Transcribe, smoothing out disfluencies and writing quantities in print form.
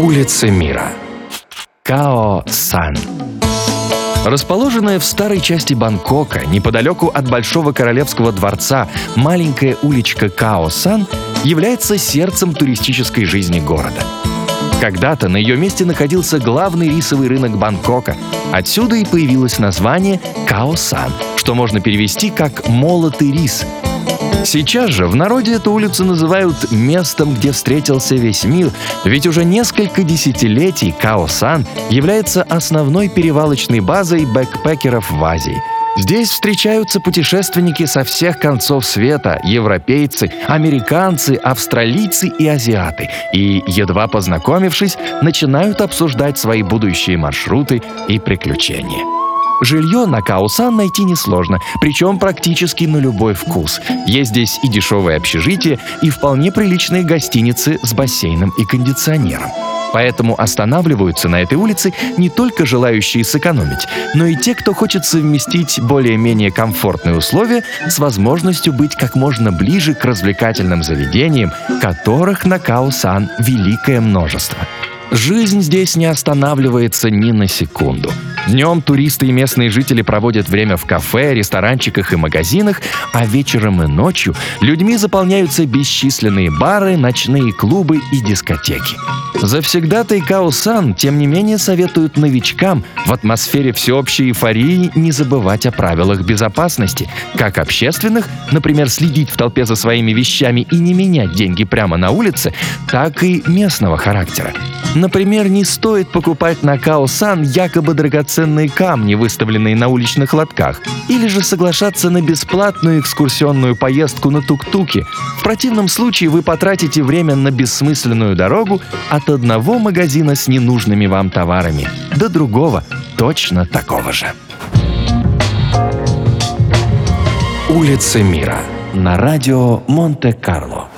Улица мира. Као-сан. Расположенная в старой части Бангкока, неподалеку от Большого Королевского дворца, маленькая уличка Као-сан является сердцем туристической жизни города. Когда-то на ее месте находился главный рисовый рынок Бангкока. Отсюда и появилось название Као-сан, что можно перевести как «молотый рис». Сейчас же в народе эту улицу называют местом, где встретился весь мир, ведь уже несколько десятилетий Као-сан является основной перевалочной базой бэкпекеров в Азии. Здесь встречаются путешественники со всех концов света, европейцы, американцы, австралийцы и азиаты, и, едва познакомившись, начинают обсуждать свои будущие маршруты и приключения. Жилье на Као-сан найти несложно, причем практически на любой вкус. Есть здесь и дешевое общежитие, и вполне приличные гостиницы с бассейном и кондиционером. Поэтому останавливаются на этой улице не только желающие сэкономить, но и те, кто хочет совместить более-менее комфортные условия с возможностью быть как можно ближе к развлекательным заведениям, которых на Као-сан великое множество. Жизнь здесь не останавливается ни на секунду. Днем туристы и местные жители проводят время в кафе, ресторанчиках и магазинах, а вечером и ночью людьми заполняются бесчисленные бары, ночные клубы и дискотеки. Завсегдатаи Као-сан, тем не менее, советуют новичкам в атмосфере всеобщей эйфории не забывать о правилах безопасности, как общественных, например, следить в толпе за своими вещами и не менять деньги прямо на улице, так и местного характера. Например, не стоит покупать на Као-сан якобы драгоценные камни, выставленные на уличных лотках, или же соглашаться на бесплатную экскурсионную поездку на тук-туке. В противном случае вы потратите время на бессмысленную дорогу от одного магазина с ненужными вам товарами до другого, точно такого же. Улица мира на радио Монте-Карло.